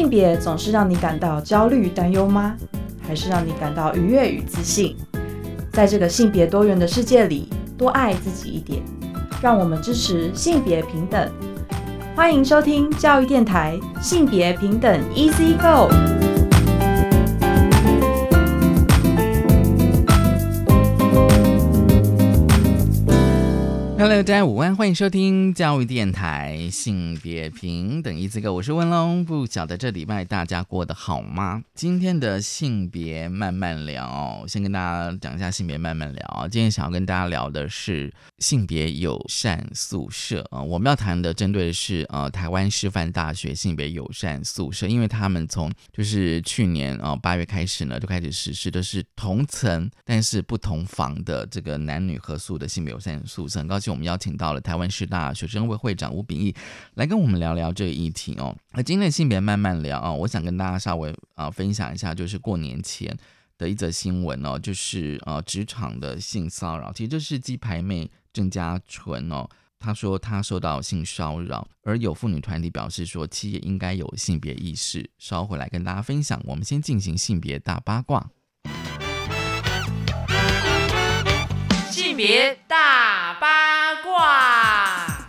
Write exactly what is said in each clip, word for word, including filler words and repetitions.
性别总是让你感到焦虑担忧吗？还是让你感到愉悦与自信？在这个性别多元的世界里，多爱自己一点，让我们支持性别平等。欢迎收听教育电台性别平等 Easy Go。Hello， 大家午安，欢迎收听教育电台性别平等Easy Go，我是文龙。不晓得这礼拜大家过得好吗？今天的性别慢慢聊，先跟大家讲一下性别慢慢聊。今天想要跟大家聊的是性别友善宿舍啊，我们要谈的针对的是呃台湾师范大学性别友善宿舍，因为他们从就是去年啊八月开始呢，就开始实施的是同层但是不同房的这个男女合宿的性别友善宿舍。很高兴我们邀请到了台湾师大学生会会长吴秉义来跟我们聊聊这个议题哦。而今天的性别慢慢聊啊，我想跟大家稍微啊分享一下，就是过年前的一则新闻哦，就是呃职场的性骚扰。其实这是鸡排妹郑家纯哦，她说她受到性骚扰，而有妇女团体表示说企业应该有性别意识。稍后回来跟大家分享。我们先进行性别大八卦。 性别大八卦。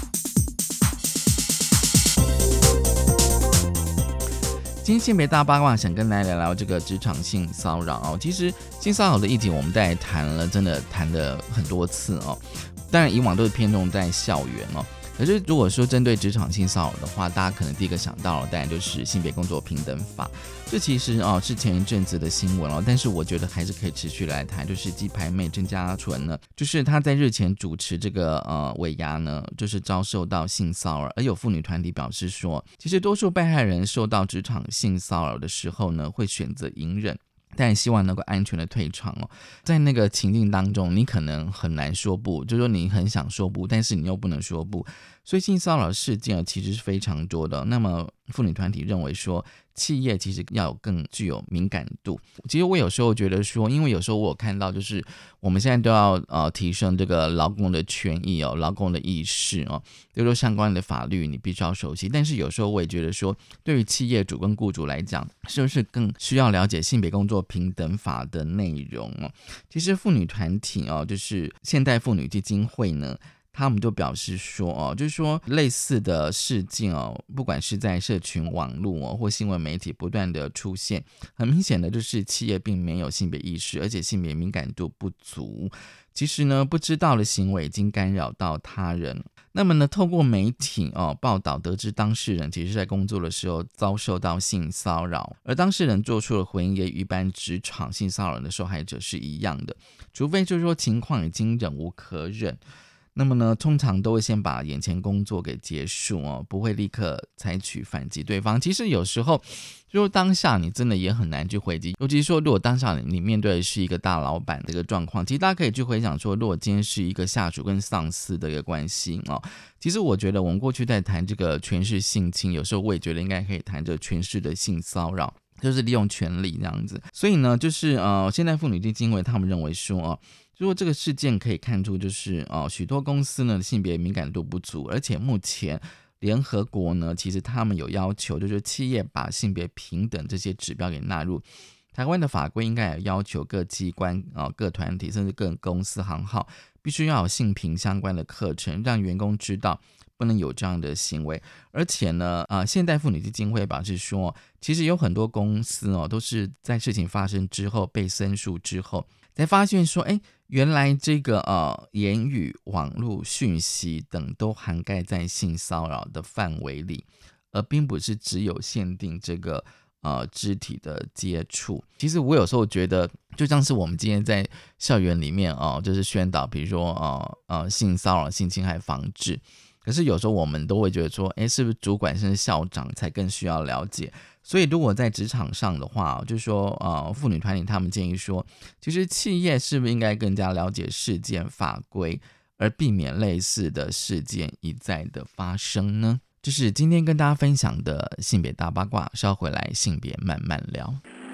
今天性别大八卦想跟大家聊聊这个职场性骚扰哦。其实性骚扰的议题我们大概谈了，真的谈了很多次哦。当然以往都是偏重在校园哦，可是如果说针对职场性骚扰的话，大家可能第一个想到的当然就是性别工作平等法。这其实哦是前一阵子的新闻哦，但是我觉得还是可以持续来谈。就是鸡排妹郑家纯呢，就是她在日前主持这个呃尾牙呢，就是遭受到性骚扰，而有妇女团体表示说，其实多数被害人受到职场性骚扰的时候呢，会选择隐忍，但希望能够安全的退场哦。在那个情境当中，你可能很难说不，就是说你很想说不，但是你又不能说不，所以性骚扰事件其实是非常多的。那么妇女团体认为说，企业其实要有更具有敏感度。其实我有时候觉得说，因为有时候我有看到，就是我们现在都要呃提升这个劳工的权益哦，劳工的意识哦，就是说相关的法律你必须要熟悉。但是有时候我也觉得说，对于企业主跟雇主来讲，是不是更需要了解性别工作平等法的内容哦？其实妇女团体哦，就是现代妇女基金会呢，他们就表示说哦，就是说类似的事件哦，不管是在社群网络哦或新闻媒体不断的出现，很明显的就是企业并没有性别意识，而且性别敏感度不足。其实呢，不知道的行为已经干扰到他人。那么呢，透过媒体哦报道得知当事人其实在工作的时候遭受到性骚扰，而当事人做出了回应，也与一般职场性骚扰的受害者是一样的，除非就是说情况已经忍无可忍。那么呢，通常都会先把眼前工作给结束哦，不会立刻采取反击对方。其实有时候，如果当下你真的也很难去回击，尤其是说，如果当下你面对的是一个大老板的一个状况，其实大家可以去回想说，如果今天是一个下属跟上司的一个关系哦，其实我觉得我们过去在谈这个权势性侵，有时候我也觉得应该可以谈这权势的性骚扰，就是利用权力这样子。所以呢，就是呃，现代妇女基金会他们认为说哦。如果这个事件可以看出，就是哦，许多公司呢性别敏感度不足，而且目前联合国呢，其实他们有要求，就是企业把性别平等这些指标给纳入。台湾的法规应该也要求各机关、哦、各团体甚至各公司行号必须要有性平相关的课程，让员工知道不能有这样的行为。而且呢，呃，现代妇女基金会表示说，其实有很多公司哦，都是在事情发生之后被申诉之后，才发现说，哎，原来这个呃言语、网络讯息等都涵盖在性骚扰的范围里，而并不是只有限定这个呃肢体的接触。其实我有时候觉得，就像是我们今天在校园里面哦、呃，就是宣导，比如说呃呃性骚扰、性侵害防治。可是有时候我们都会觉得说，哎，是不是主管甚至校长才更需要了解？所以如果在职场上的话，就是说呃，妇女团体他们建议说，其实企业是不是应该更加了解事件法规，而避免类似的事件一再的发生呢？就是今天跟大家分享的性别大八卦，稍回来性别慢慢聊。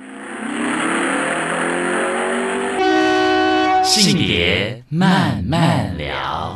性别慢慢聊。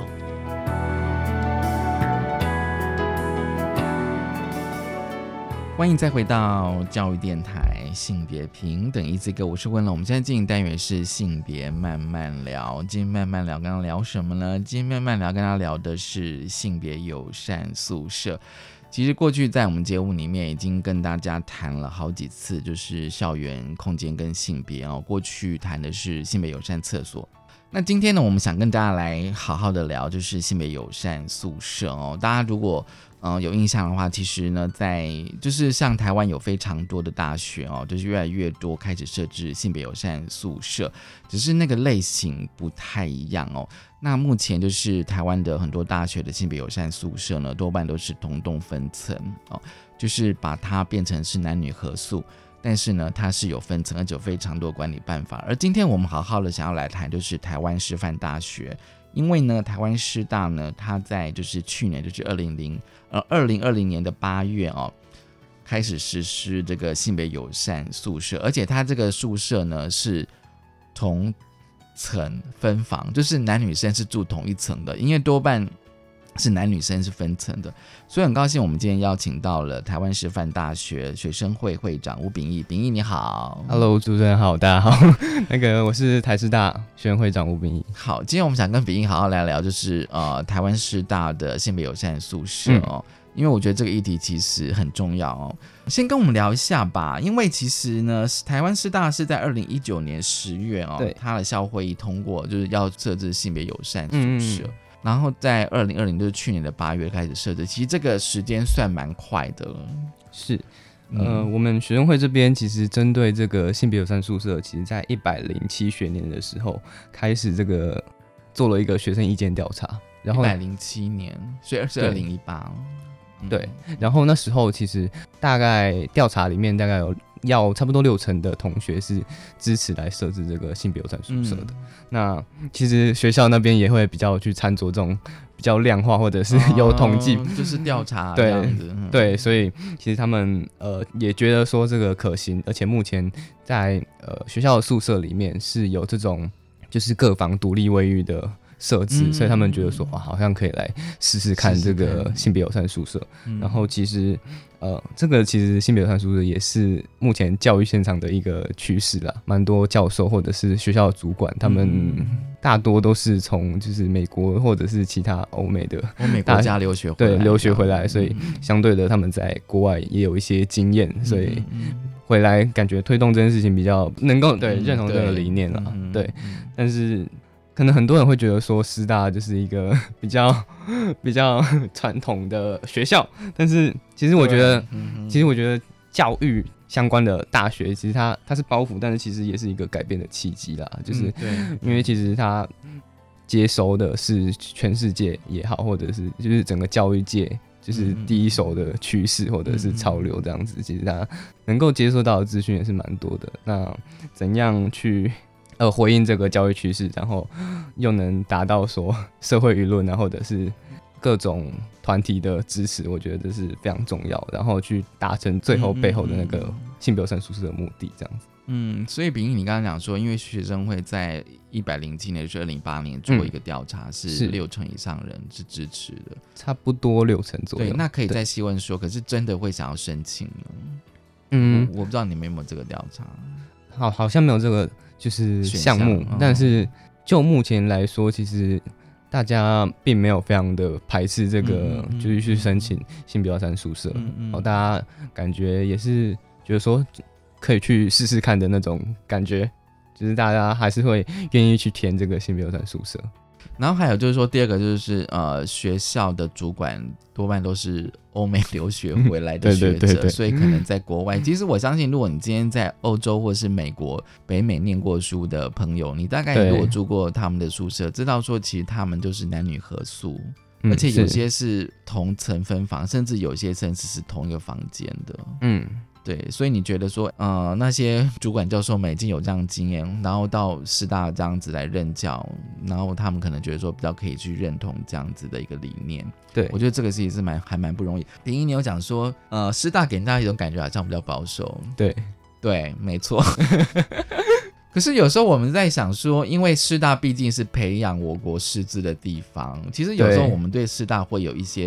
欢迎再回到教育电台性别平等一字歌，我是温龙。我们现在进行单元是性别慢慢聊。今天慢慢聊，刚刚聊什么呢？今天慢慢聊，跟大家聊的是性别友善宿舍。其实过去在我们节目里面已经跟大家谈了好几次，就是校园空间跟性别哦。过去谈的是性别友善厕所，那今天呢，我们想跟大家来好好的聊，就是性别友善宿舍哦。大家如果呃有印象的话，其实呢，在就是像台湾有非常多的大学哦，就是越来越多开始设置性别友善宿舍，只是那个类型不太一样哦。那目前就是台湾的很多大学的性别友善宿舍呢，多半都是同栋分层哦，就是把它变成是男女合宿。但是呢，它是有分层，而且有非常多管理办法。而今天我们好好的想要来谈，就是台湾师范大学，因为呢，台湾师大呢，它在就是去年，就是二零零呃二零二零年的八月哦，开始实施这个性别友善宿舍，而且它这个宿舍呢是同层分房，就是男女生是住同一层的，因为多半是男女生是分层的，所以很高兴我们今天邀请到了台湾师范大学学生会会长吴秉义。秉义你好。 Hello， 主持人好，大家好。那个我是台师大学生会长吴秉义。 好，今天我们想跟秉义好好聊聊，就是呃台湾师大的性别友善宿舍哦、嗯，因为我觉得这个议题其实很重要哦。先跟我们聊一下吧，因为其实呢，台湾师大是在二零一九年十月哦，它的校会议通过，就是要设置性别友善宿舍。嗯，然后在二零二零就是去年的八月开始设置，其实这个时间算蛮快的了。 是，呃，嗯、我们学生会这边其实针对这个性别友善宿舍，其实在一百零七学年的时候开始这个做了一个学生意见调查，然后一百零七年，所以是二零一八。 对，然后那时候其实大概调查里面大概有要差不多六成的同学是支持来设置这个性别友善宿舍的、嗯。那其实学校那边也会比较去参酌这种比较量化或者是有统计、哦， 就是调查这样子。 对、嗯、对，所以其实他们呃也觉得说这个可行，而且目前在呃学校的宿舍里面是有这种就是各房独立卫浴的设置、嗯，所以他们觉得说哇，好像可以来试试看这个性别友善宿舍。嗯、然后其实呃，这个其实性别友善宿舍也是目前教育现场的一个趋势啦，蛮多教授或者是学校的主管，他们大多都是从就是美国或者是其他欧美的欧美国家留学回来， 对，留学回来，所以相对的他们在国外也有一些经验，所以回来感觉推动这件事情比较能够对认同这个理念啦，嗯、对，但是。可能很多人会觉得说师大就是一个比较比较传统的学校，但是其实我觉得，嗯、其实我觉得教育相关的大学，其实它它是包袱，但是其实也是一个改变的契机啦。就是因为其实它接收的是全世界也好，或者是就是整个教育界就是第一手的趋势或者是潮流这样子，其实它能够接受到的资讯也是蛮多的。那怎样去？呃，回应这个教育趋势，然后又能达到说社会舆论啊，或者是各种团体的支持，我觉得这是非常重要，然后去达成最后背后的那个性别友善宿舍的目的，这样子。 嗯，所以秉义你刚刚讲说，因为学生会在一百零七年，就是二零零八年做一个调查，嗯、是六成以上人是支持的， 差不多六成左右。 对，那可以再细问说，可是真的会想要申请呢？ 嗯， 我, 我不知道你们有没有这个调查。 好，好像没有这个就是项目，哦、但是就目前来说，其实大家并没有非常的排斥这个，嗯、就是去申请性别友善宿舍。嗯嗯、哦，大家感觉也是觉得说可以去试试看的那种感觉，就是大家还是会愿意去填这个性别友善宿舍。 然后还有就是说，第二个就是呃，学校的主管多半都是欧美留学回来的学者，对对对对，所以可能在国外，其实我相信，如果你今天在欧洲或是美国、北美念过书的朋友，你大概如果住过他们的宿舍，知道说其实他们就是男女合宿，嗯、而且有些是同层分房，甚至有些甚至是同一个房间的。嗯。对，所以你觉得说，呃，那些主管教授们已经有这样的经验，然后到师大这样子来任教，然后他们可能觉得说比较可以去认同这样子的一个理念。对，我觉得这个事情是蛮还蛮不容易。秉义你有讲说，呃，师大给人家一种感觉好像比较保守。 对， 对，没错。可是有时候我们在想说，因为师大毕竟是培养我国师资的地方，其实有时候我们对师大会有一些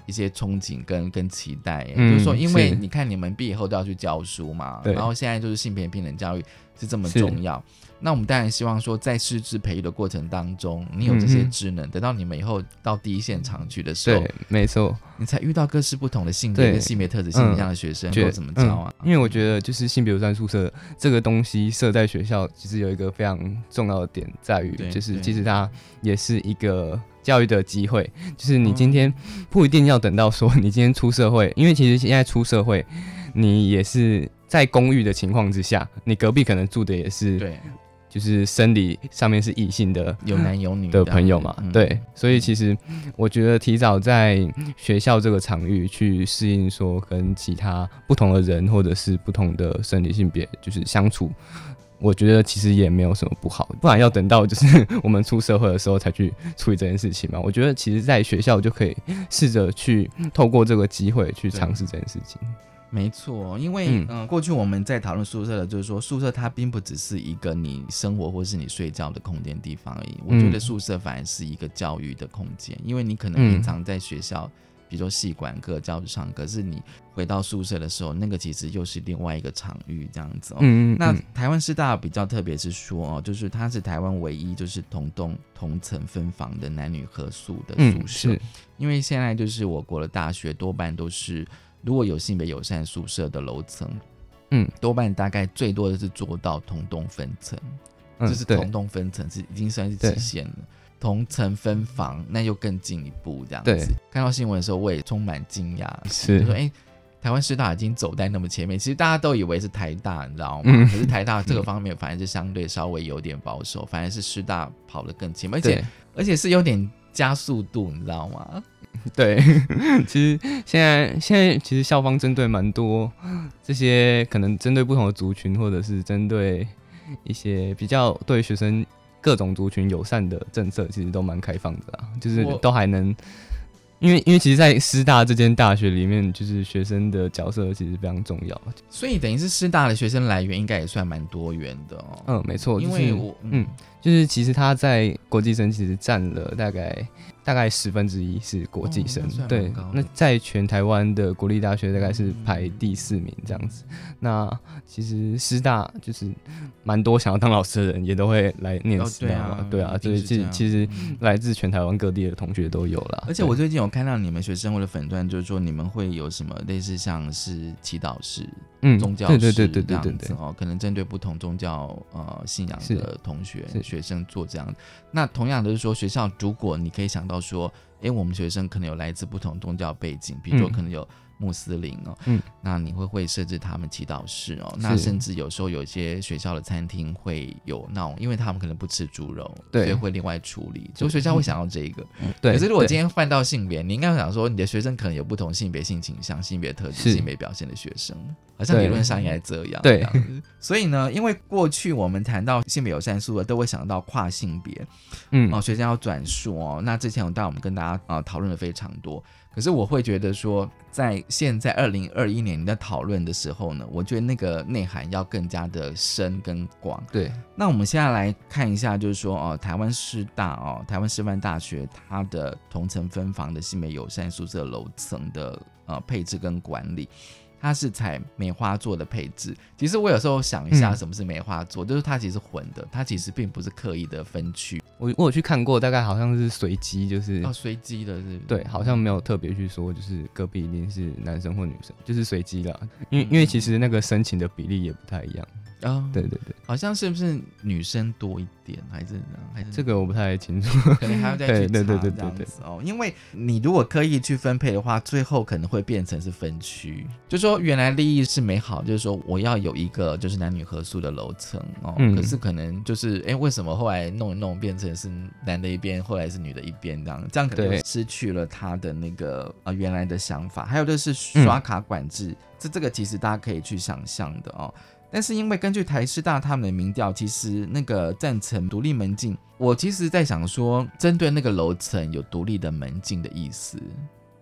一些憧憬跟跟期待、欸嗯、 就是说因为是你看你们毕业后都要去教书嘛， 对然后现在就是性别平等教育是这么重要，那我们当然希望说在师资培育的过程当中你有这些职能、嗯、等到你们以后到第一现场去的时候， 对，没错， 你才遇到各式不同的性别跟性别特质性倾向的学生，够、嗯、怎么教啊、 嗯、因为我觉得就是性别友善宿舍这个东西设在学校其实有一个非常重要的点在于，就是其实它也是一个教育的机会，就是你今天不一定要等到说你今天出社会，因为其实现在出社会你也是在公寓的情况之下，你隔壁可能住的也是对，就是生理上面是异性的， 有男有女的朋友嘛、嗯、对，所以其实我觉得提早在学校这个场域去适应说跟其他不同的人或者是不同的生理性别就是相处，我觉得其实也没有什么不好，不然要等到就是我们出社会的时候才去处理这件事情嘛。我觉得其实在学校就可以试着去透过这个机会去尝试这件事情。 没错，因为、嗯呃、过去我们在讨论宿舍的就是说宿舍它并不只是一个你生活或是你睡觉的空间地方而已，我觉得宿舍反而是一个教育的空间、嗯、因为你可能平常在学校、嗯、比如说系馆课教室上，可是你回到宿舍的时候那个其实又是另外一个场域这样子、哦嗯嗯、那台湾师大比较特别是说、哦、就是它是台湾唯一就是同栋同层分房的男女合宿的宿舍、嗯、因为现在就是我国的大学多半都是如果有性别友善宿舍的楼层，嗯，多半大概最多的是做到同栋分层、嗯，就是同栋分层是已经算是极限了。同层分房那又更进一步这样子。看到新闻的时候，我也充满惊讶，是就说哎、欸，台湾师大已经走在那么前面，其实大家都以为是台大，你知道吗？嗯、可是台大这个方面反而是相对稍微有点保守，反而是师大跑得更前面，而且而且是有点加速度，你知道吗？ 对，其实现在现在其实校方针对蛮多这些可能针对不同的族群，或者是针对一些比较对学生各种族群友善的政策，其实都蛮开放的啦，就是都还能。因为因为其实在师大这间大学里面，就是学生的角色其实非常重要， 所以等于是师大的学生来源应该也算蛮多元的哦。 嗯，没错， 因为我嗯, 嗯，就是其实他在国际生其实占了大概大概十分之一是国际生、哦，那对，那在全台湾的国立大学大概是排第四名这样子。嗯、那其实师大就是蛮多想要当老师的人也都会来念师大嘛、哦，对啊，所以其其实来自全台湾各地的同学都有啦。 而且我最近有看到你们学生会的粉专，就是说你们会有什么类似像是祈祷室、嗯、宗教室这样子，对对对对对对哦，可能针对不同宗教呃信仰的同学学生做这样。那同样的就是说，学校如果你可以想到说，哎，我们学生可能有来自不同宗教背景，比如说可能有穆斯林哦，嗯，那你会会设置他们祈祷室哦，那甚至有时候有一些学校的餐厅会有那种，因为他们可能不吃猪肉，对，所以会另外处理，所以学校会想要这个。嗯、对，可是如果今天换到性别，你应该会想说，你的学生可能有不同性别、性倾向、性别特质、性别表现的学生，好像理论上应该这样。对，所以呢，因为过去我们谈到性别友善宿舍，都会想到跨性别，嗯，哦，学生要转述哦，那之前有带我们跟大家啊讨论的非常多。可是我会觉得说，在现在二零二一年你在讨论的时候呢，我觉得那个内涵要更加的深跟广。对，那我们现在来看一下，就是说哦，台湾师大哦，台湾师范大学它的同层分房的性别友善宿舍楼层的呃配置跟管理。它是采梅花座的配置，其实我有时候想一下什么是梅花座、嗯、就是它其实是混的，它其实并不是刻意的分区。 我我有去看过，大概好像是随机，就是哦随机的是不是？ 对，好像没有特别去说就是隔壁一定是男生或女生，就是随机啦。因为、嗯、因为其实那个申请的比例也不太一样。啊、哦，对对对， 好像是不是女生多一点，还是还是这个我不太清楚， 可能还要再去查这样子哦。因为你如果刻意去分配的话，最后可能会变成是分区。就说原来利益是美好，就是说我要有一个就是男女合宿的楼层哦、嗯，可是可能就是哎，为什么后来弄一弄变成是男的一边，后来是女的一边这样，这样可能失去了他的那个呃原来的想法。还有就是刷卡管制，嗯、这这个其实大家可以去想象的哦。但是因为根据台师大他们的民调，其实那个赞成独立门禁，我其实在想说，针对那个楼层有独立的门禁的意思，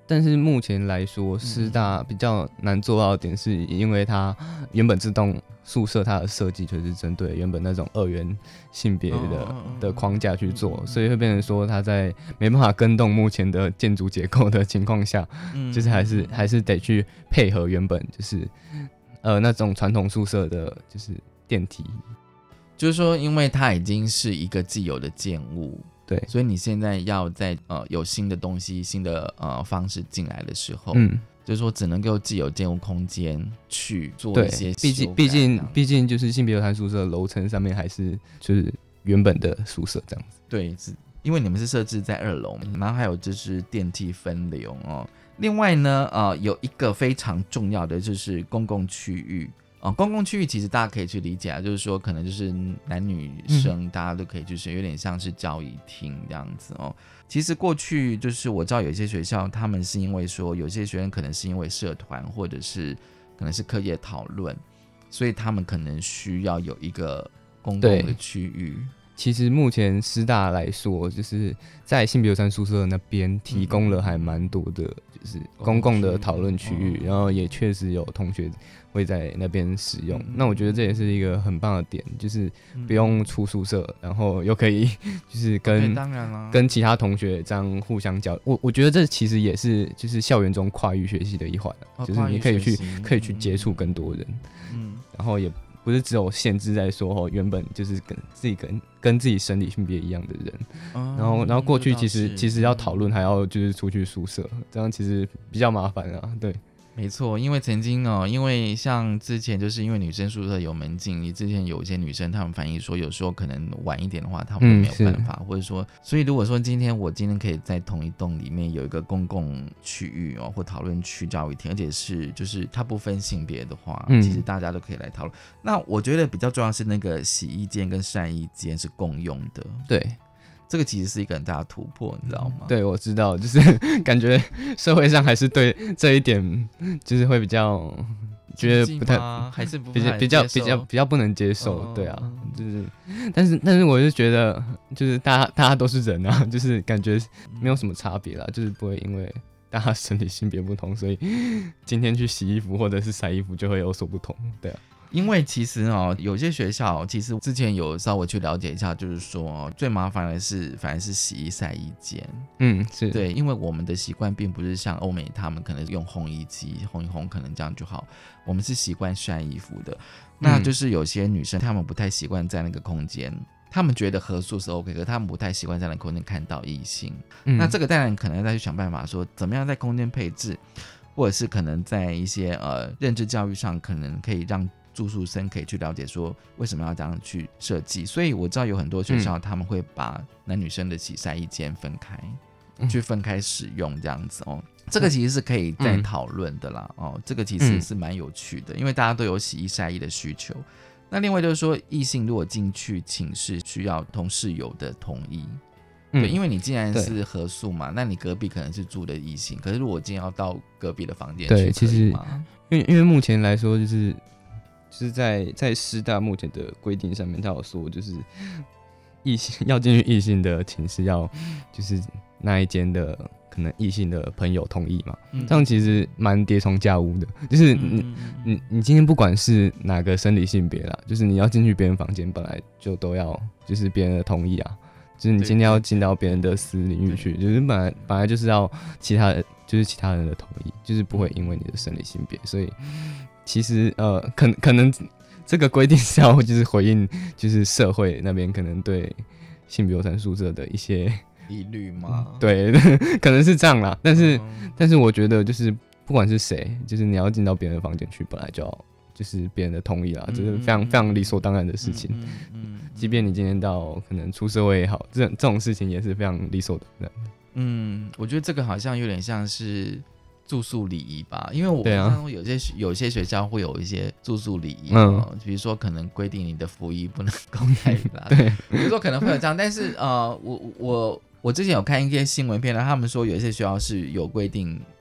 但是目前来说，师大比较难做到的点，是因为它原本自动宿舍它的设计就是针对原本那种二元性别的、哦、的框架去做，所以会变成说它在没办法跟动目前的建筑结构的情况下，嗯、就是还是还是得去配合原本就是呃那种传统宿舍的就是电梯， 就是说因为它已经是一个既有的建物。 对， 所以你现在要在呃有新的东西、新的呃方式进来的时候， 嗯， 就是说只能够既有建物空间去做一些修改。 毕竟毕竟毕竟就是性别友善宿舍楼层上面还是就是原本的宿舍这样子。 对，是因为你们是设置在二楼，然后还有就是电梯分流哦。另外呢，呃，有一个非常重要的就是公共区域。哦、公共区域其实大家可以去理解啊，就是说可能就是男女生、嗯、大家都可以就是有点像是交谊厅这样子哦。其实过去就是我知道有些学校他们是因为说有些学生可能是因为社团或者是可能是课业讨论，所以他们可能需要有一个公共的区域。 其实目前师大来说，就是在性别友善宿舍那边提供了还蛮多的，就是公共的讨论区域，然后也确实有同学会在那边使用。那我觉得这也是一个很棒的点，就是不用出宿舍，然后又可以就是跟、 当然啦跟其他同学这样互相交流。我我觉得这其实也是就是校园中跨域学习的一环、哦，就是你可以去可以去接触更多人，嗯，然后也。不是只有限制在说哦，原本就是跟自己跟跟自己生理性别一样的人，哦、然后然后过去其实其实要讨论还要就是出去宿舍，这样其实比较麻烦啊，对。 没错，因为曾经哦，因为像之前就是因为女生宿舍有门禁，你之前有一些女生她们反映说，有时候可能晚一点的话，她们都没有办法，嗯、或者说，所以如果说今天我今天可以在同一栋里面有一个公共区域哦，或讨论区、教育厅，而且是就是它不分性别的话，嗯、其实大家都可以来讨论。那我觉得比较重要是那个洗衣间跟晒衣间是共用的， 对。 这个其实是一个很大的突破，你知道吗？ 对，我知道，就是感觉社会上还是对这一点就是会比较觉得不太， 还是不比较比较比较比较不能接受，哦、对啊，就是，但是但是我就觉得，就是大家大家都是人啊，就是感觉没有什么差别啦，就是不会因为大家身体性别不同，所以今天去洗衣服或者是晒衣服就会有所不同，对啊。 因为其实哦，有些学校其实之前有稍微去了解一下，就是说、哦、最麻烦的是反而是洗衣晒衣间。 嗯，是对，因为我们的习惯并不是像欧美他们可能用烘衣机烘一烘，可能这样就好。我们是习惯晒衣服的，那就是有些女生她们不太习惯在那个空间。他们觉得合宿是 OK， 可是他们不太习惯在那个空间看到异性、嗯。那这个当然可能再去想办法说，怎么样在空间配置，或者是可能在一些呃认知教育上，可能可以让住宿生可以去了解说为什么要这样去设计。所以我知道有很多学校他们会把男女生的洗晒衣间分开、嗯，去分开使用这样子哦。这个其实是可以再讨论的啦、嗯、哦，这个其实是蛮有趣的，因为大家都有洗衣晒衣的需求。那另外就是说，异性如果进去寝室需要同室友的同意，嗯、对，因为你既然是合宿嘛，那你隔壁可能是住的异性，可是如果今天要到隔壁的房间去， 对，其实因为因为目前来说，就是就是在在师大目前的规定上面，他有说就是异性要进去异性的寝室，要就是那一间的可能异性的朋友同意嘛，嗯、这样其实蛮叠床架屋的。就是你、嗯、你你今天不管是哪个生理性别啦，就是你要进去别人房间，本来就都要就是别人的同意啊。就是你今天要进到别人的私领域去，就是本来本来就是要其他就是其他人的同意，就是不会因为你的生理性别，所以其实呃可可能这个规定是要就是回应就是社会那边可能对性别友善宿舍的一些疑虑吗？ 对，可能是这样啦。但是、嗯、但是我觉得就是不管是谁，就是你要进到别人的房间去，本来就要就是别人的同意啦，这、嗯就是非常、嗯、非常理所当然的事情。嗯嗯嗯、即便你今天到可能出社会也好，这这种事情也是非常理所当然的。 嗯，我觉得这个好像有点像是住宿礼仪吧，因为我看到有些、啊、有些学校会有一些住宿礼仪、嗯哦，比如说可能规定你的服仪不能够太拉， 对， 比如说可能会有这样，但是呃，我我我之前有看一些新闻片段，他们说有一些学校是有规定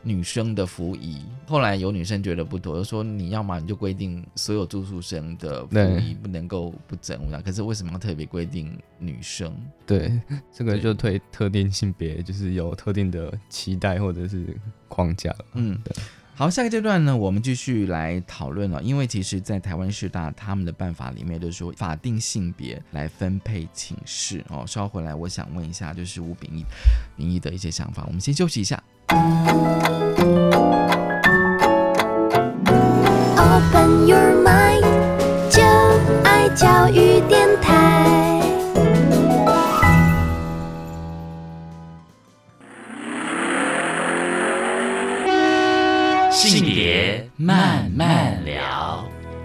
女生的服仪，后来有女生觉得不妥，就说你要嘛你就规定所有住宿生的服仪不能够不整这样，可是为什么要特别规定女生？ 对，这个就对特定性别就是有特定的期待或者是框架了。嗯，对。 好，下个阶段呢，我们继续来讨论了。因为其实，在台湾师大他们的办法里面，就是说法定性别来分配寝室哦。稍后回来，我想问一下，就是吴秉义、秉义的一些想法。我们先休息一下。 Open your mind， 就爱教育电台。 性别慢慢聊，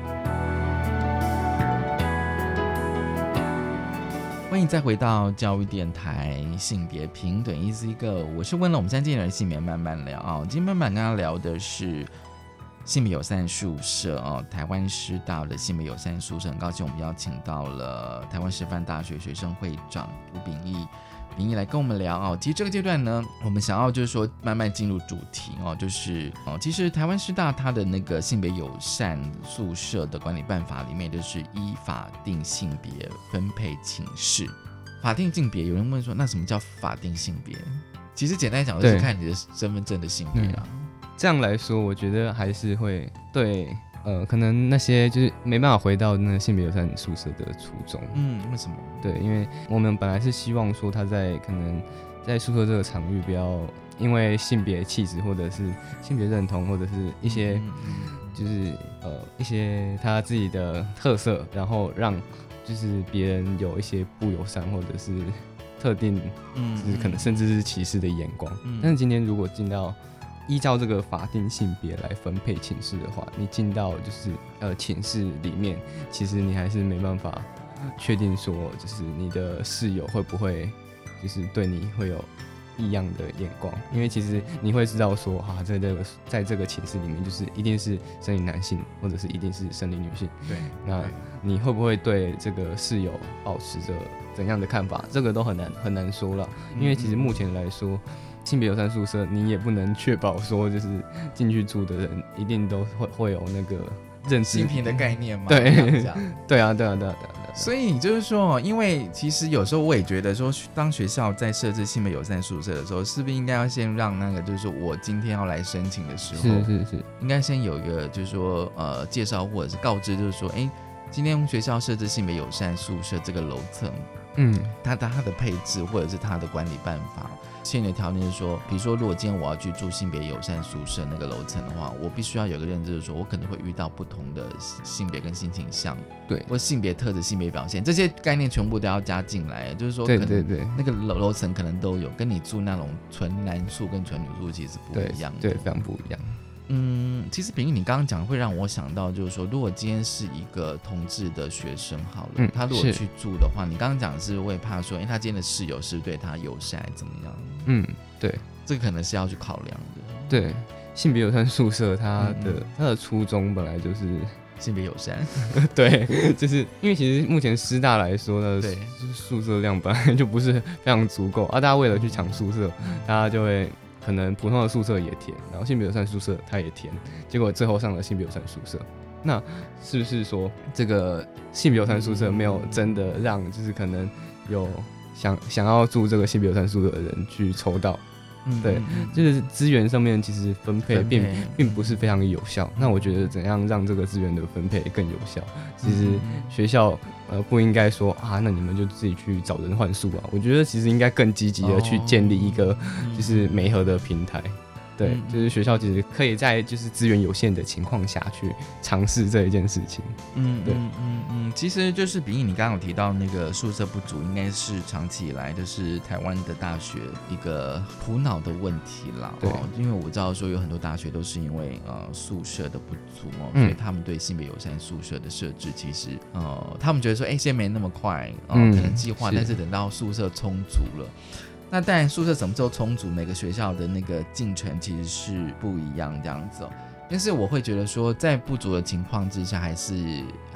欢迎再回到教育电台性别平等 Easy Go， 我是问了我们三件人性别慢慢聊啊。今天慢慢跟他聊的是性别友善宿舍哦，台湾师大的性别友善宿舍，很高兴我们邀请到了台湾师范大学学生会长吴秉义。秉义来跟我们聊哦，其实这个阶段呢，我们想要就是说慢慢进入主题哦，就是哦，其实台湾师大它的那个性别友善宿舍的管理办法里面，就是依法定性别分配寝室。法定性别，有人问说，那什么叫法定性别？其实简单讲就是看你的身份证的性别啦。 这样来说，我觉得还是会对。呃，可能那些就是没办法回到那个性别友善宿舍的初衷。 嗯，为什么？ 对，因为我们本来是希望说他在可能在宿舍这个场域不要因为性别气质或者是性别认同或者是一些、嗯、就是呃一些他自己的特色，然后让就是别人有一些不友善或者是特定，嗯，就是可能甚至是歧视的眼光。嗯、但是今天如果进到依照这个法定性别来分配寝室的话，你进到就是呃寝室里面，其实你还是没办法确定说，就是你的室友会不会就是对你会有异样的眼光，因为其实你会知道说，啊，在这个在这个寝室里面，就是一定是生理男性，或者是一定是生理女性。 对， 那你会不会对这个室友保持着怎样的看法？这个都很难很难说了，因为其实目前来说。性别友善宿舍，你也不能确保说，就是进去住的人一定都会会有那个认知性平的概念嘛？ 对，对啊，对啊，对啊，对啊。 所以就是说，因为其实有时候我也觉得说，当学校在设置性别友善宿舍的时候，是不是应该要先让那个，就是说我今天要来申请的时候， 是是是， 应该先有一个，就是说呃介绍或者是告知，就是说，哎，今天学校设置性别友善宿舍这个楼层，嗯，它它它的配置或者是它的管理办法。现有的条件是说，比如说，如果今天我要去住性别友善宿舍那个楼层的话，我必须要有个认知，就是说我可能会遇到不同的性别跟性倾向， 对， 或性别特质、性别表现这些概念全部都要加进来。就是说， 对对对， 那个楼楼层可能都有，跟你住那种纯男宿跟纯女宿其实不一样的， 对，对，非常不一样。 嗯，其实秉义你刚刚讲会让我想到，就是说，如果今天是一个同志的学生好了，嗯、他如果去住的话，你刚刚讲是会怕说，哎、欸，他今天的室友是对他友善，怎么样？ 嗯，对， 这个可能是要去考量的。 对，性别友善宿舍它的、嗯、它的初衷本来就是性别友善， 对，就是因为其实目前师大来说呢，对，宿舍量本来就不是非常足够啊，大家为了去抢宿舍，大家就会。可能普通的宿舍也填，然后性别友善宿舍它也填，结果最后上了性别友善宿舍。那是不是说这个性别友善宿舍没有真的让就是可能有想想要住这个性别友善宿舍的人去抽到？嗯、对，就是资源上面其实分配并分配并不是非常有效。那我觉得怎样让这个资源的分配更有效？其实学校呃不应该说啊，那你们就自己去找人换宿啊。我觉得其实应该更积极的去建立一个就是媒合的平台。对，嗯、就是学校其实可以在就是资源有限的情况下去尝试这一件事情。嗯，对， 嗯嗯嗯，其实就是秉义你刚刚有提到那个宿舍不足，应该是长期以来就是台湾的大学一个苦恼的问题啦。 对、 哦，因为我知道说有很多大学都是因为呃宿舍的不足哦，所以他们对性别友善宿舍的设置，其实呃他们觉得说，哎、欸，先没那么快，哦、嗯，可能计划，但是等到宿舍充足了。那当然，宿舍什么时候充足，每个学校的那个进程其实是不一样这样子哦。但是我会觉得说，在不足的情况之下，还是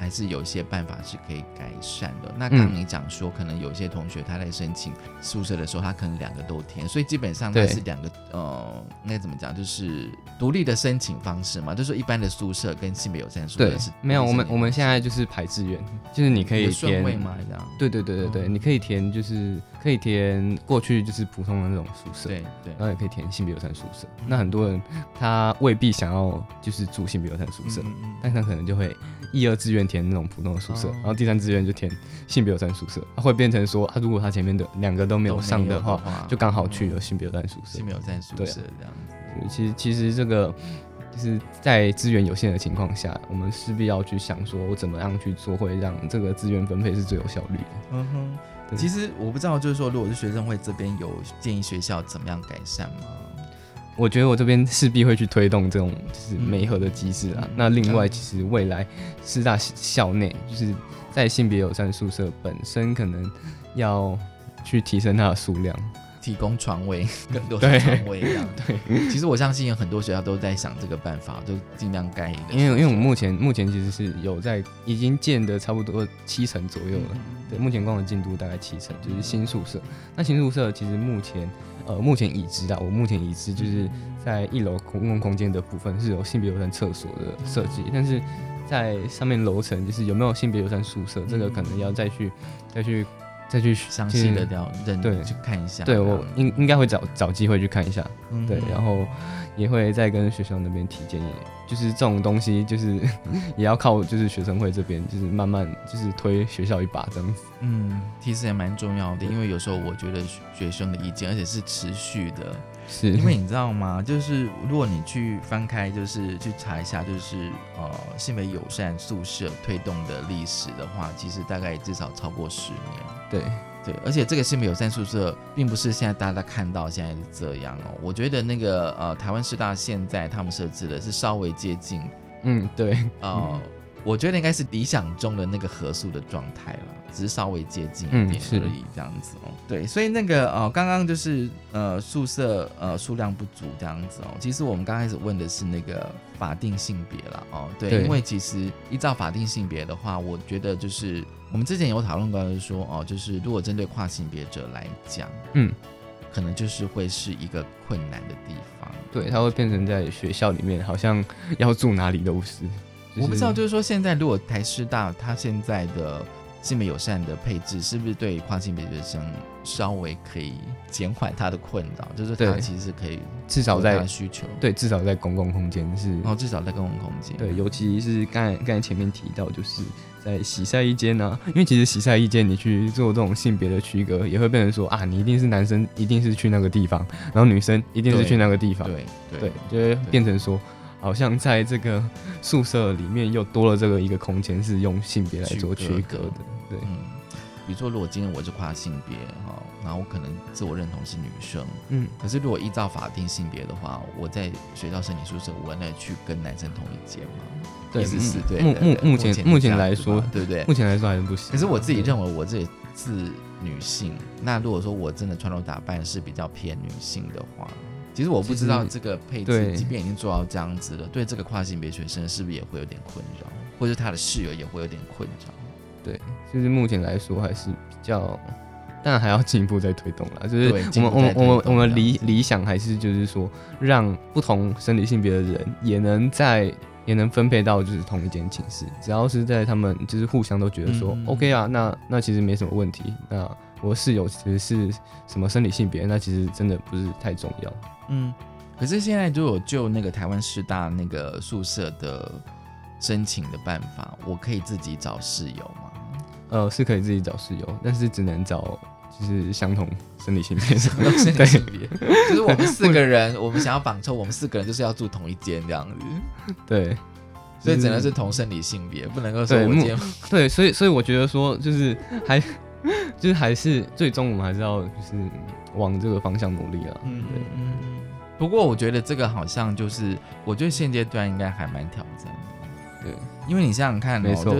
还是有一些办法是可以改善的。那刚刚你讲说，可能有些同学他在申请宿舍的时候，他可能两个都填，所以基本上那是两个呃，那怎么讲，就是独立的申请方式嘛，就是说一般的宿舍跟性别友善宿舍是没有，我们我们现在就是排志愿，就是你可以填顺位嘛，这样。 对对对对对，哦、你可以填就是可以填过去就是普通的那种宿舍， 对对， 然后也可以填性别友善宿舍。嗯、那很多人他未必想要就是住性别友善宿舍，嗯嗯、但他可能就会一二志愿填那种普通的宿舍，哦、然后第三志愿就填性别友善宿舍，他会变成说，他如果他前面的两个都没有上的话，的就刚好去了性别友善宿舍。 性别友善宿舍这样子。 其实其实这个就是在资源有限的情况下，我们势必要去想说，我怎么样去做会让这个资源分配是最有效率的。嗯哼，其实我不知道，就是说，如果是学生会这边有建议学校怎么样改善吗？ 我觉得我这边势必会去推动这种就是媒合的机制啊。嗯、那另外，其实未来师大校内就是在性别友善宿舍本身，可能要去提升它的数量。 提供床位，更多的床位这样。对，其实我相信有很多学校都在想这个办法，就尽量盖一个。 因为因为我们目前目前其实是有在已经建的差不多七成左右了。嗯、对，目前光的进度大概七成，就是新宿舍。那新宿舍其实目前呃目前已知啊，我目前已知就是在一楼公共空间的部分是有性别友善厕所的设计，但是在上面楼层就是有没有性别友善宿舍，这个可能要再去再去。再去详细的了认对去看一下， 对我应应该会找找机会去看一下，嗯、对，然后也会再跟学校那边提建议，就是这种东西就是也要靠就是学生会这边就是慢慢就是推学校一把这样子。 嗯，其实也蛮重要的，因为有时候我觉得学生的意见，而且是持续的。 是因为你知道吗？就是如果你去翻开，就是去查一下，就是呃性别友善宿舍推动的历史的话，其实大概至少超过十年。 对对，而且这个性别友善宿舍并不是现在大家看到现在是这样哦。我觉得那个呃台湾师大现在他们设置的是稍微接近， 嗯对， 呃、嗯、我觉得应该是理想中的那个合宿的状态了。只是稍微接近一点而已，这样子哦。对，所以那个呃，刚刚就是呃宿舍呃数量不足这样子哦。其实我们刚开始问的是那个法定性别啦哦，对，对因为其实依照法定性别的话，我觉得就是我们之前有讨论过，就是说哦，就是如果针对跨性别者来讲，嗯，可能就是会是一个困难的地方。 对，它会变成在学校里面，好像要住哪里都是。就是、 我不知道，就是说现在如果台师大它现在的性别友善的配置是不是对跨性别学生稍微可以减缓他的困扰？就是他其实可以至少在需求， 对，至少在公共空间是， 哦，至少在公共空间， 对，尤其是刚才刚才前面提到，就是在洗晒衣间啊，因为其实洗晒衣间你去做这种性别的区隔，也会变成说啊，你一定是男生，一定是去那个地方，然后女生一定是去那个地方， 对 对, 对，就会变成说。好像在这个宿舍里面又多了这个一个空间，是用性别来做区隔的，对。 嗯，比如说，如果今天我是跨性别哈，然后我可能自我认同是女生，嗯，可是如果依照法定性别的话，我在学校申请宿舍，我那去跟男生同一间吗？ 对， 是对。 目目目前目前来说， 对不对？ 目前来说还是不行。 可是我自己认为我自己是女性，那如果说我真的穿着打扮是比较偏女性的话。其实我不知道这个配置，即便已经做到这样子了，对这个跨性别学生是不是也会有点困扰，或者他的室友也会有点困扰？ 对，就是目前来说还是比较，当然还要进一步再推动啦。就是我们我们我们我们理理想还是就是说，让不同生理性别的人也能在也能分配到就是同一间寝室，只要是在他们就是互相都觉得说、嗯、OK 啊，那那其实没什么问题。那我室友其实是什么生理性别，那其实真的不是太重要。 嗯，可是现在就有就那个台湾师大那个宿舍的申请的办法，我可以自己找室友吗？ 呃，是可以自己找室友，但是只能找就是相同生理性别， 相同生理性别，就是我们四个人，我们想要绑凑，我们四个人就是要住同一间这样子。 对， 所以只能是同生理性别，不能够说我今天对，所以所以我觉得说就是还就是还是最终我们还是要就是往这个方向努力啊。嗯对嗯。 不过我觉得这个好像就是，我觉得现阶段应该还蛮挑战的。对，因为你想想看哦，就是说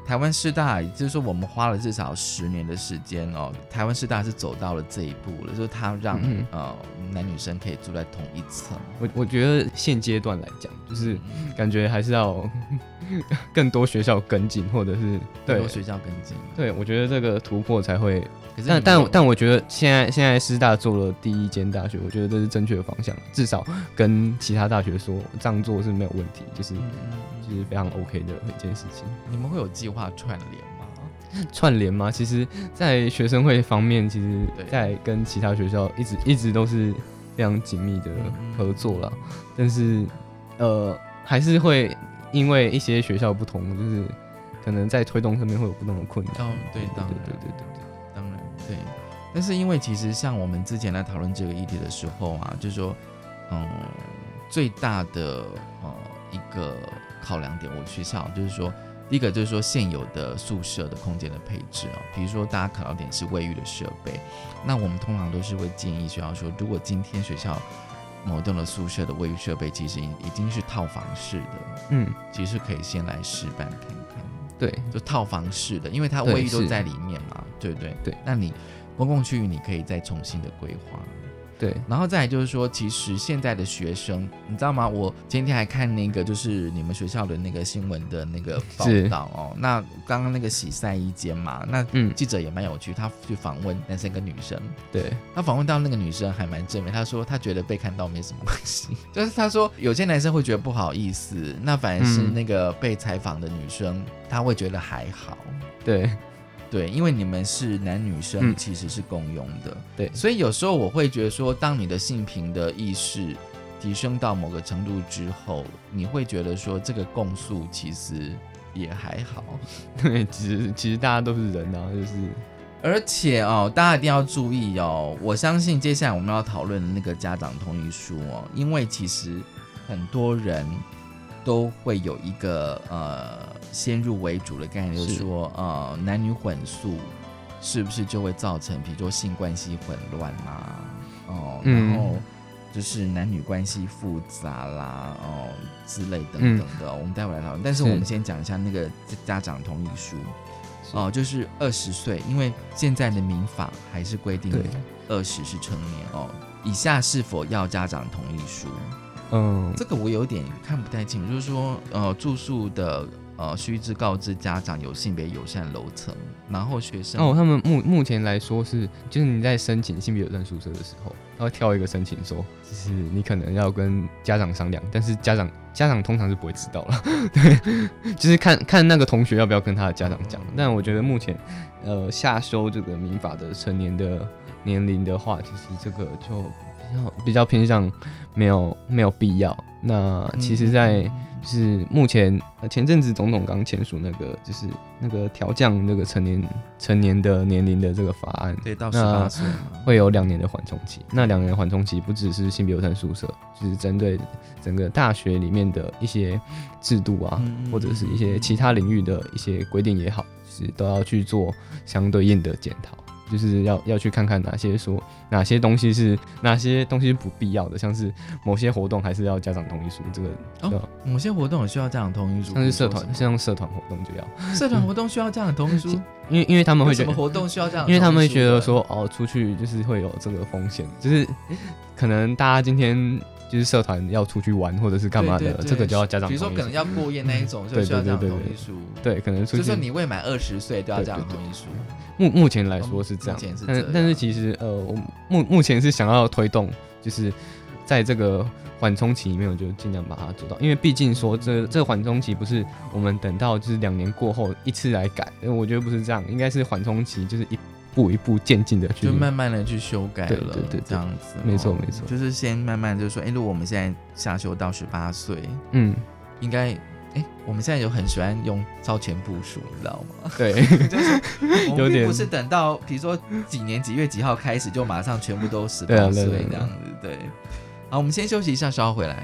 台湾师大，也就是说我们花了至少十年的时间哦，台湾师大是走到了这一步了，就是他让、嗯、呃男女生可以住在同一层。 我我觉得现阶段来讲，就是感觉还是要更多学校跟进，或者是更多学校跟进。 对，我觉得这个突破才会。 可是但但但我觉得现在现在师大做了第一间大学，我觉得这是正确的方向，至少跟其他大学说这样做是没有问题，就是、嗯、就是非常 OK 的一件事情。 你们会有计划串联吗？ 串联吗？其实，在学生会方面，其实在跟其他学校一直一直都是非常紧密的合作啦。嗯、但是呃，还是会因为一些学校不同，就是可能在推动上面会有不同的困难。 哦，对，当然，对对对对对。当然对，但是因为其实像我们之前在讨论这个议题的时候啊，就是说，嗯，最大的呃一个考量点，我学校就是说，第一个就是说现有的宿舍的空间的配置啊，比如说大家考量点是卫浴的设备，那我们通常都是会建议学校说，如果今天学校某栋的宿舍的卫浴设备其实已经是套房式的，嗯，其实可以先来试办看看。 对， 就套房式的，因为它卫浴都在里面嘛，对不对？ 对， 那你公共区域你可以再重新的规划。 对， 然后再来就是说，其实现在的学生，你知道吗？我今天还看那个就是你们学校的那个新闻的那个报道哦。那刚刚那个洗晒衣间嘛，那记者也蛮有趣，他去访问男生跟女生。 对， 他访问到那个女生还蛮正面，他说他觉得被看到没什么关系，就是他说有些男生会觉得不好意思，那反而是那个被采访的女生，嗯、她会觉得还好。 对。 对，因为你们是男女生，其实是共用的、嗯。 对， 所以有时候我会觉得说，当你的性平的意识提升到某个程度之后，你会觉得说，这个共宿其实也还好。 对，其实其实大家都是人啊，就是。 而且哦，大家一定要注意哦，我相信接下来我们要讨论的那个家长同意书哦，因为其实很多人都会有一个呃。先入为主的概念，就是说，呃，男女混宿是不是就会造成，比如说性关系混乱啦，哦、呃，然后就是男女关系复杂啦，哦、呃、之类等等的、嗯，我们待会来讨论。但是我们先讲一下那个家长同意书，哦、呃，就是二十岁，因为现在的民法还是规定二十是成年哦，以下是否要家长同意书？嗯，这个我有点看不太清楚，就是说，呃，住宿的。呃，须知告知家长有性别友善楼层，然后学生哦，他们目目前来说是，就是你在申请性别友善宿舍的时候，他会挑一个申请说，就是你可能要跟家长商量，但是家长家长通常是不会知道了，对，就是看看那个同学要不要跟他的家长讲。但我觉得目前，呃，下修这个民法的成年的年龄的话，其实这个就比较比较偏向没有没有必要。那其实，在、嗯就是目前前阵子总统刚签署那个就是那个调降那个成年成年的年龄的这个法案， 对，到十八岁会有两年的缓冲期。那两年的缓冲期不只是性别友善宿舍，就是针对整个大学里面的一些制度啊，嗯、或者是一些其他领域的一些规定也好，就是都要去做相对应的检讨。就是要要去看看哪些说哪些东西是哪些东西是不必要的，像是某些活动还是要家长同意书。这个哦，某些活动也需要家长同意书， 像是社团，像社团活动就要社团活动需要家长同意书， 因为因为他们会觉得什么活动需要家长同意书， 因为他们会觉得说哦，出去就是会有这个风险，就是可能大家今天。就是社团要出去玩或者是干嘛的， 对对对， 这个就要家长同意书。 比如说可能要过夜那一种，就需要家长同意书。 对，可能出去就是你未满二十岁都要家长同意书。 目目前来说是这样， 是这但但是其实呃，我目目前是想要推动，就是在这个缓冲期里面，我就尽量把它做到，因为毕竟说这这个缓冲期不是我们等到就是两年过后一次来改，我觉得不是这样，应该是缓冲期就是一。一步一步渐进的去， 就慢慢的去修改了， 对对对， 这样子， 没错没错， 就是先慢慢就是说，哎、欸，如果我们现在下修到十八岁， 嗯， 应该，哎、欸，我们现在有很喜欢用超前部署，你知道吗？ 对， 就是我们并不是等到比如说几年几月几号开始就马上全部都十八岁这样子，对。好，我们先休息一下，稍后回来。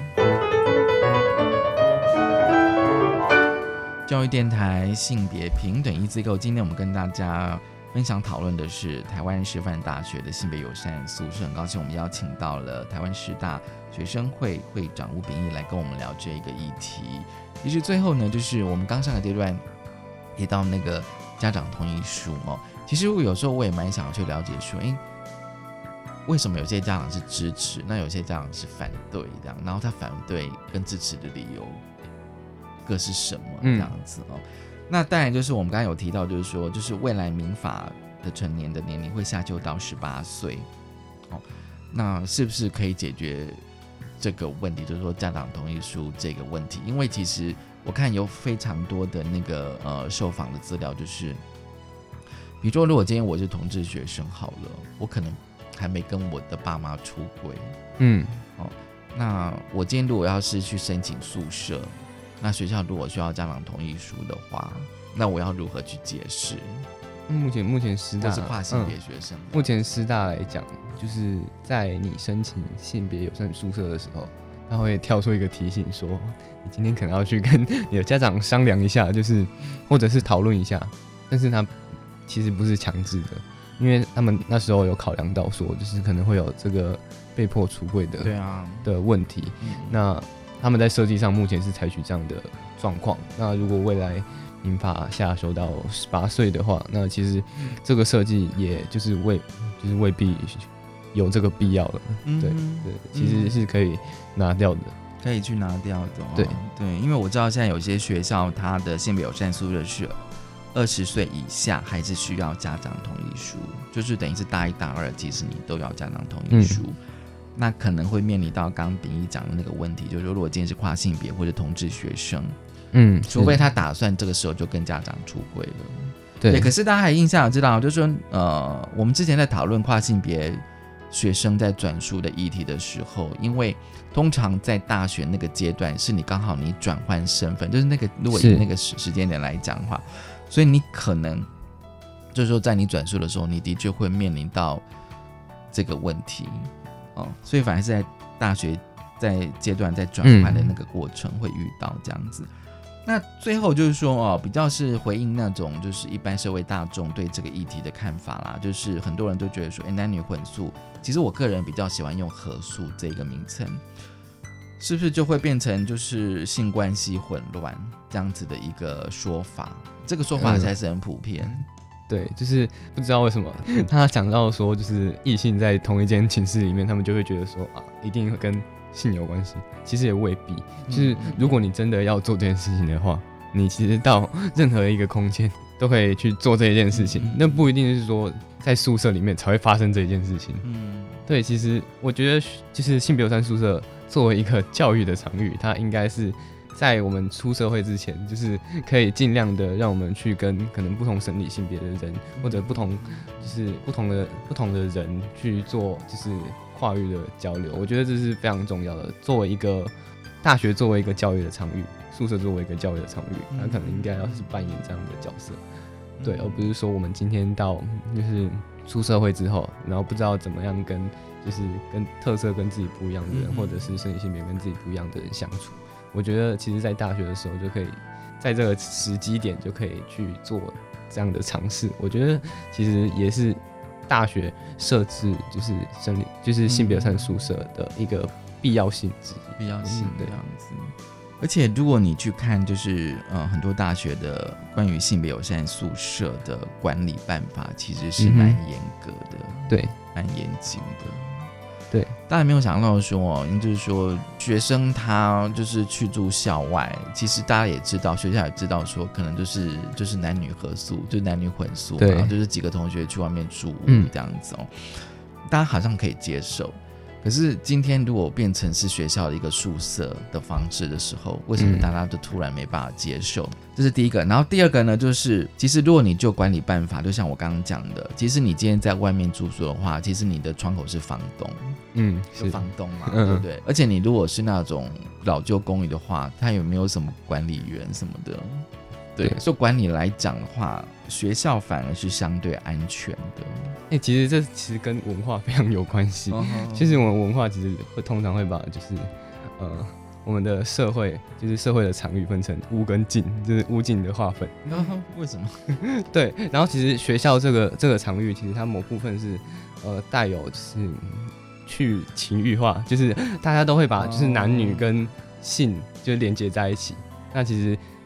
教育电台性别平等一字购，今天我们跟大家。分享讨论的是台湾师范大学的性别友善宿舍，很高兴我们邀请到了台湾师大学生会会长吴秉义来跟我们聊这一个议题。其实最后呢，就是我们刚上个阶段提到那个家长同意书哦，其实我有时候我也蛮想要去了解说，哎，为什么有些家长是支持，那有些家长是反对这样，然后他反对跟支持的理由各是什么这样子哦。嗯、那当然就是我们刚才有提到，就是说，就是未来民法的成年的年龄会下修到十八岁，哦，那是不是可以解决这个问题？就是说家长同意书这个问题，因为其实我看有非常多的那个呃受访的资料，就是比如说，如果今天我是同志学生好了，我可能还没跟我的爸妈出柜，嗯，哦，那我今天如果要是去申请宿舍，那学校如果需要家长同意书的话，那我要如何去解释？ 目前目前师大是跨性别学生、嗯， 目前师大来讲，就是在你申请性别友善宿舍的时候，他会跳出一个提醒说，你今天可能要去跟你的家长商量一下，就是或者是讨论一下，但是他其实不是强制的。因为他们那时候有考量到说，就是可能会有这个被迫出柜的对啊的问题、嗯，那他们在设计上目前是采取这样的状况。那如果未来民法下修到十八岁的话，那其实这个设计也就是未就是未必有这个必要了。嗯、对对，其实是可以拿掉的， 可以去拿掉的、哦。 对对，因为我知道现在有些学校它的性别友善宿舍是二十岁以下还是需要家长同意书，就是等于是大一大二，其实你都要家长同意书。嗯、那可能会面临到刚刚秉义讲的那个问题，就是说如果今天是跨性别或者同志学生，嗯，除非他打算这个时候就跟家长出柜了。对，对可是大家还印象有知道，就是说呃，我们之前在讨论跨性别学生在转述的议题的时候，因为通常在大学那个阶段是你刚好你转换身份，就是那个如果以那个时间点来讲的话，所以你可能就是说在你转述的时候，你的确会面临到这个问题哦，所以反而是在大学在阶段在转换的那个过程会遇到这样子。嗯、那最后就是说哦，比较是回应那种就是一般社会大众对这个议题的看法啦，就是很多人都觉得说，哎，男女混宿，其实我个人比较喜欢用合宿这个名称，是不是就会变成就是性关系混乱这样子的一个说法？这个说法才是很普遍。嗯、 对，就是不知道为什么他讲到说，就是异性在同一间寝室里面，他们就会觉得说啊，一定会跟性有关系。其实也未必，就是如果你真的要做这件事情的话，你其实到任何一个空间都可以去做这一件事情，嗯、那不一定是说在宿舍里面才会发生这一件事情。嗯，对，其实我觉得就是性别友善宿舍作为一个教育的场域，它应该是在我们出社会之前，就是可以尽量的让我们去跟可能不同生理性别的人，或者不同就是不同的不同的人去做就是跨域的交流。我觉得这是非常重要的。作为一个大学，作为一个教育的场域，宿舍作为一个教育的场域，它可能应该要是扮演这样的角色，对，而不是说我们今天到就是出社会之后，然后不知道怎么样跟就是跟特色跟自己不一样的人，或者是生理性别跟自己不一样的人相处。我觉得其实在大学的时候就可以在这个时机点就可以去做这样的尝试。我觉得其实也是大学设置就是生理就是性别友善宿舍的一个必要性之一， 必要性的样子。而且如果你去看就是呃很多大学的关于性别友善宿舍的管理办法，其实是蛮严格的， 嗯、对， 蛮严谨的。 对， 大家没有想到说，就是说学生他就是去住校外，其实大家也知道，学校也知道说，可能就是就是男女合宿，就是男女混宿嘛，就是几个同学去外面住这样子哦，嗯、大家好像可以接受。可是今天如果变成是学校的一个宿舍的方式的时候，为什么大家都突然没办法接受？嗯、这是第一个。然后第二个呢，就是其实如果你就管理办法，就像我刚刚讲的，其实你今天在外面住宿的话，其实你的窗口是房东，嗯，是房东嘛，嗯、对不对？而且你如果是那种老旧公寓的话，它有没有什么管理员什么的？对，所以管理来讲的话，学校反而是相对安全的。 哎、欸，其实这其实跟文化非常有关系。Uh-huh. 其实我们文化其实会通常会把就是呃我们的社会就是社会的场域分成屋跟境，就是屋境的划分。 Uh-huh. 为什么？ 对，然后其实学校这个这个场域，其实它某部分是呃带有就是去情欲化，就是大家都会把就是男女跟性就连接在一起。那其实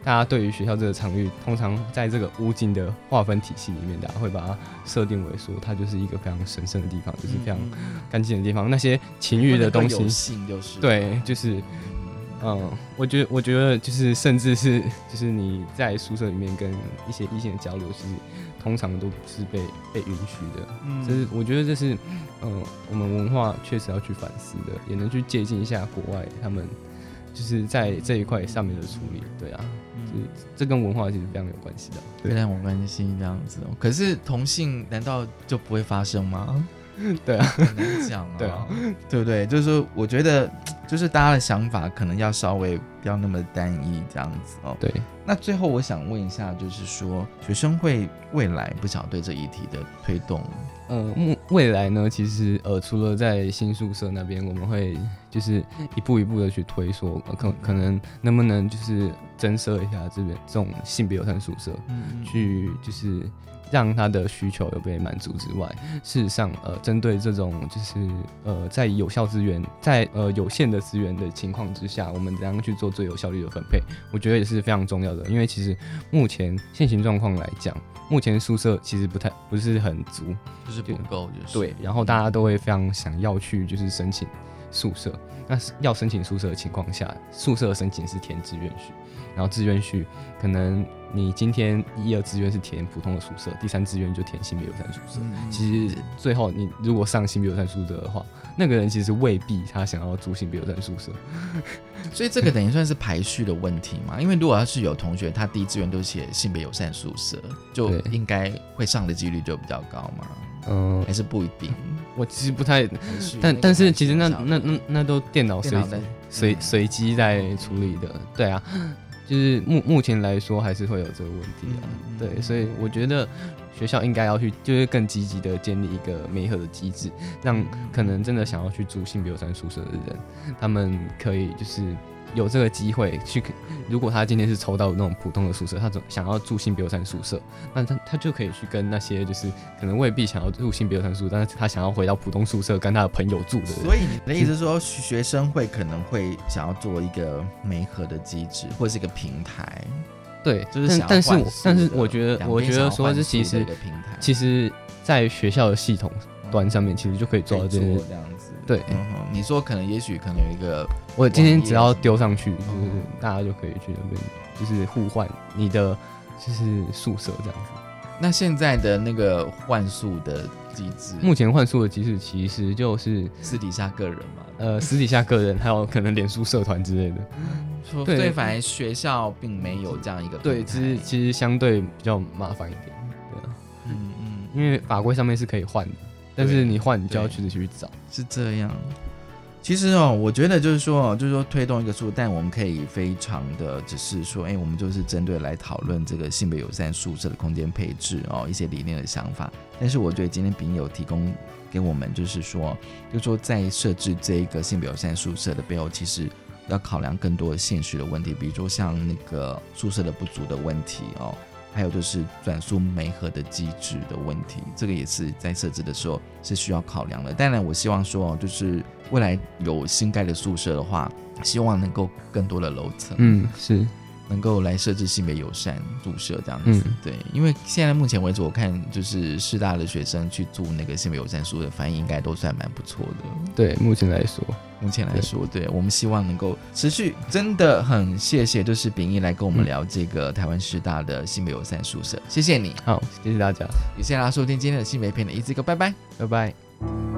大家对于学校这个场域，通常在这个屋景的划分体系里面，大家会把它设定为说，它就是一个非常神圣的地方，就是非常干净的地方。那些情欲的东西， 有性就是， 对，就是。嗯，我觉得，我觉得就是，甚至是，就是你在宿舍里面跟一些异性的交流，其实通常都不是被被允许的。嗯，就是我觉得这是，嗯，我们文化确实要去反思的，也能去借鉴一下国外他们就是在这一块上面的处理。对啊，就是这跟文化其实非常有关系的， 非常有关系这样子。可是同性难道就不会发生吗？ 对啊， 很难讲啊， 对啊， 对不对？就是说，我觉得就是大家的想法可能要稍微不要那么单一这样子哦。 对， 那最后我想问一下，就是说学生会未来不晓得对这议题的推动， 呃，未来呢，其实呃，除了在新宿舍那边，我们会就是一步一步的去推说，呃、可可能能不能就是增设一下这边这种性别友善宿舍，嗯、去就是。让他的需求有被满足之外，事实上，呃，针对这种就是呃，在有效资源、在呃有限的资源的情况之下，我们怎样去做最有效率的分配，我觉得也是非常重要的。因为其实目前现行状况来讲，目前宿舍其实不太不是很足， 就是不够，就是对。然后大家都会非常想要去就是申请宿舍，那要申请宿舍的情况下，宿舍的申请是填志愿序，然后志愿序可能。你今天一二志愿是填普通的宿舍，第三志愿就填性别友善宿舍。嗯、其实最后你如果上性别友善宿舍的话，那个人其实未必他想要住性别友善宿舍。 所以这个等于算是排序的问题嘛？因为如果要是有同学他第一志愿都写性别友善宿舍，就应该会上的几率就比较高嘛。嗯，还是不一定。 我其实不太，但但是其实那那那那都电脑随随随机在处理的，对啊。就是目目前来说还是会有这个问题啊，嗯、对，所以我觉得学校应该要去，就是更积极的建立一个媒合的机制，让可能真的想要去住性别友善宿舍的人，他们可以就是有这个机会去。如果他今天是抽到那种普通的宿舍，他想要住性别友善宿舍，那他他就可以去跟那些就是可能未必想要住性别友善宿舍，但是他想要回到普通宿舍跟他的朋友住的人。 所以你的意思是说，学生会可能会想要做一个媒合的机制，或是一个平台。 对， 就是想要但是但是我觉得我觉得说是其实其实在学校的系统端上面，其实就可以做到这件事。 这样子。 对、 嗯，你说可能也许可能有一个， 我今天只要丢上去，就是大家就可以去那边，就是互换你的就是宿舍这样子。 那现在的那个换宿的机制， 目前换宿的机制其实就是私底下个人嘛， 呃，私底下个人，还有可能脸书社团之类的。 嗯、所以反而学校并没有这样一个平台， 对，其实其实相对比较麻烦一点，对啊，嗯嗯，因为法规上面是可以换的。但是你换，你就要去去找， 是这样。其实哦，我觉得就是说，就是说推动一个宿，但我们可以非常的只是说，哎，我们就是针对来讨论这个性别友善宿舍的空间配置哦，一些理念的想法。但是我觉得今天秉友提供给我们，就是说，就是说在设置这个性别友善宿舍的背后，其实要考量更多的现实的问题，比如说像那个宿舍的不足的问题哦。还有就是转宿媒合的机制的问题，这个也是在设置的时候是需要考量的。当然，我希望说，就是未来有新盖的宿舍的话，希望能够更多的楼层， 嗯，是能够来设置性别友善宿舍这样子。嗯、对，因为现在目前为止，我看就是师大的学生去住那个性别友善宿舍，反应应该都算蛮不错的。 对，目前来说。 目前来说， 对, 对我们希望能够持续，真的很谢谢，就是秉义来跟我们聊这个台湾师大的性别友善宿舍，谢谢你。 好，谢谢大家， 也谢谢大家收听今天的性别篇的一字一个，拜拜， 拜拜。